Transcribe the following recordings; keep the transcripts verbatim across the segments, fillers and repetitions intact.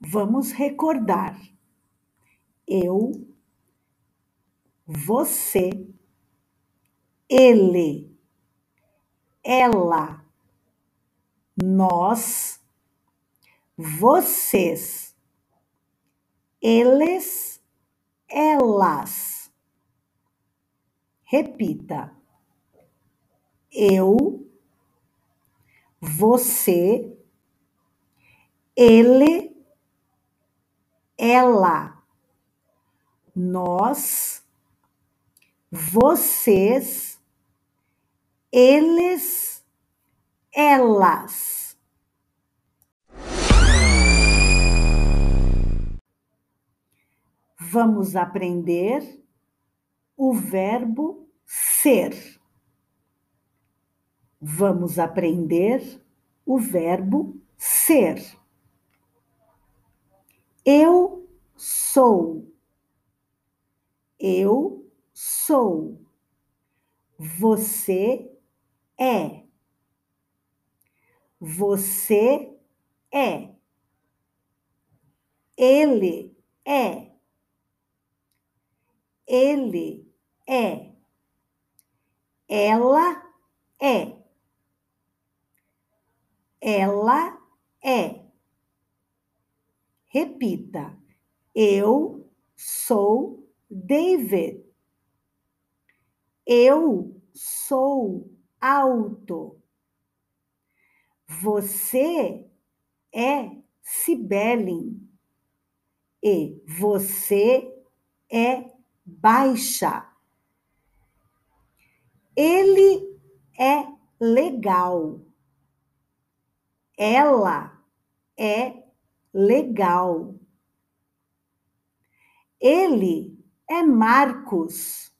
Vamos recordar. Eu, você, ele, ela, nós, vocês, eles, elas. Repita. Eu, você, ele, ela, nós, vocês, eles, elas. Vamos aprender o verbo ser. Vamos aprender o verbo ser. Eu sou. Eu sou. Você é. Você é. Ele é. Ele é. Ela é. Ela é. Repita. Eu sou David. Eu sou alto. Você é Cibele. E você é baixa. Ele é legal. Ela é legal. Ele é Marcos.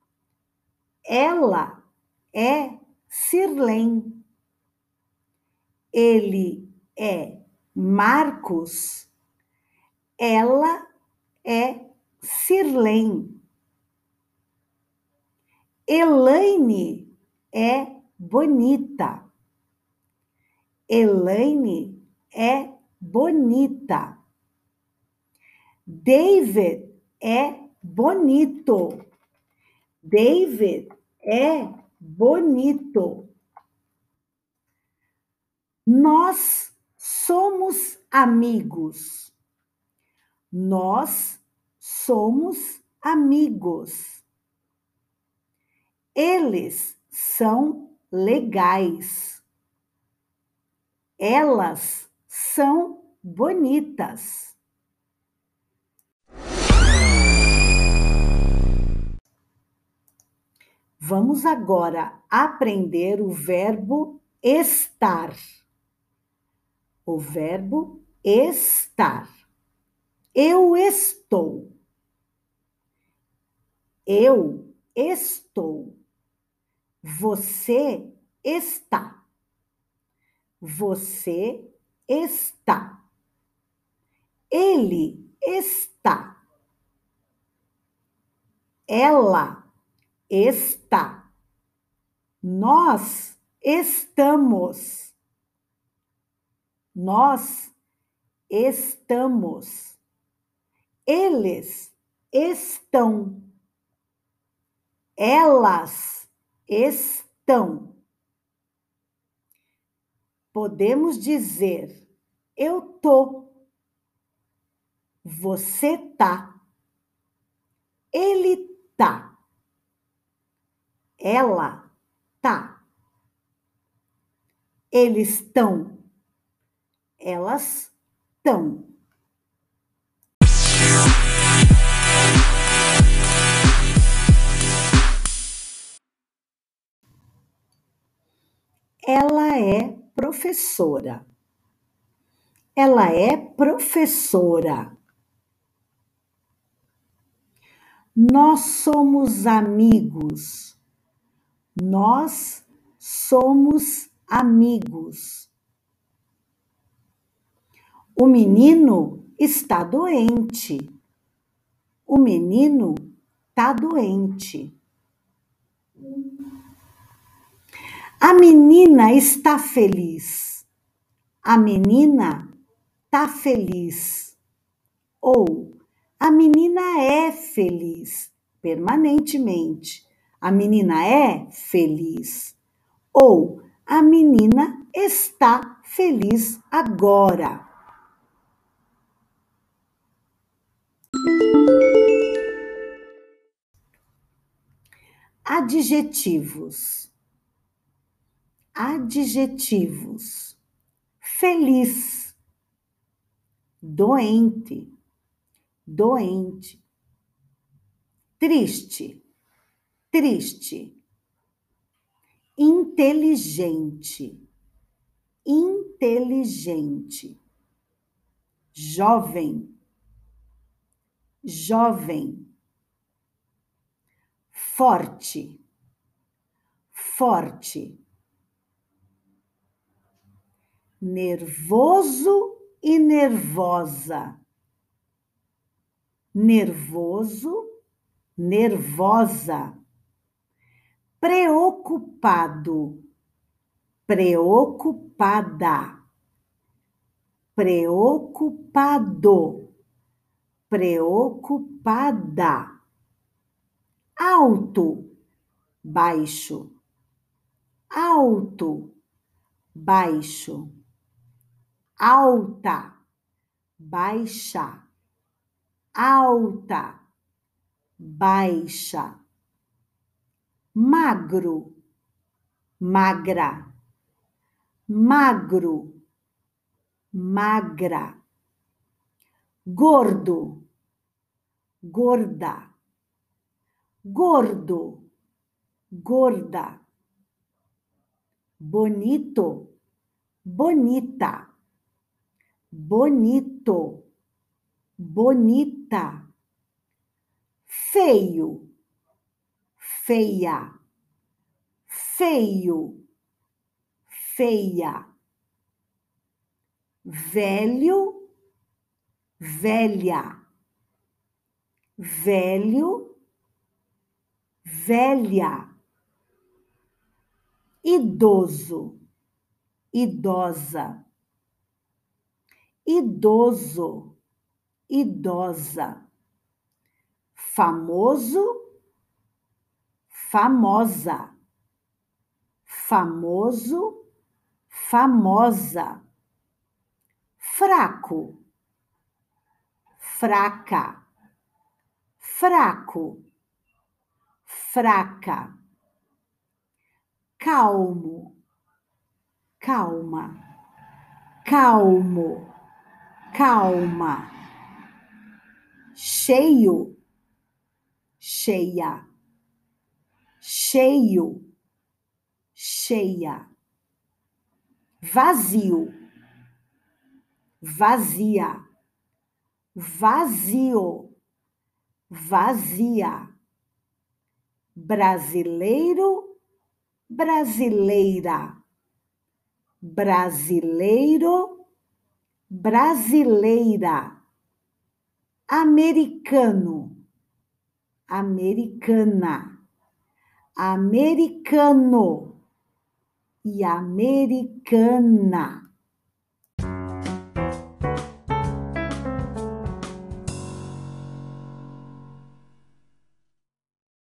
Ela é Sirlene. Ele é Marcos. Ela é Sirlene. Elaine é bonita. Elaine é bonita. David é bonito. David é bonito. Nós somos amigos. Nós somos amigos. Eles são legais. Elas são bonitas. Vamos agora aprender o verbo estar. O verbo estar. Eu estou. Eu estou. Você está. Você está. Ele está. Ela está. Nós estamos. Nós estamos. Eles estão. Elas estão. Podemos dizer: eu tô. Você tá. Ele tá. Ela tá. Eles estão. Elas estão. Ela é professora. Ela é professora. Nós somos amigos. Nós somos amigos. O menino está doente. O menino está doente. A menina está feliz. A menina está feliz. Ou a menina é feliz permanentemente. A menina é feliz. Ou a menina está feliz agora. Adjetivos. Adjetivos. Feliz, doente, doente. Triste, triste. Inteligente, inteligente. Jovem, jovem. Forte, forte. Nervoso e nervosa. Nervoso, nervosa. Preocupado, preocupada. Preocupado, preocupada. Alto, baixo. Alto, baixo. Alta, baixa. Alta, baixa. Magro, magra. Magro, magra. Gordo, gorda. Gordo, gorda. Bonito, bonita. Bonito, bonita. Feio, feia. Feio, feia. Velho, velha. Velho, velha. Idoso, idosa. Idoso, idosa. Famoso, famosa. Famoso, famosa. Fraco, fraca. Fraco, fraca. Calmo, calma. Calmo, calma. Cheio, cheia. Cheio, cheia. Vazio, vazia. Vazio, vazia. Brasileiro, brasileira. Brasileiro, brasileira. Americano, americana. Americano e americana.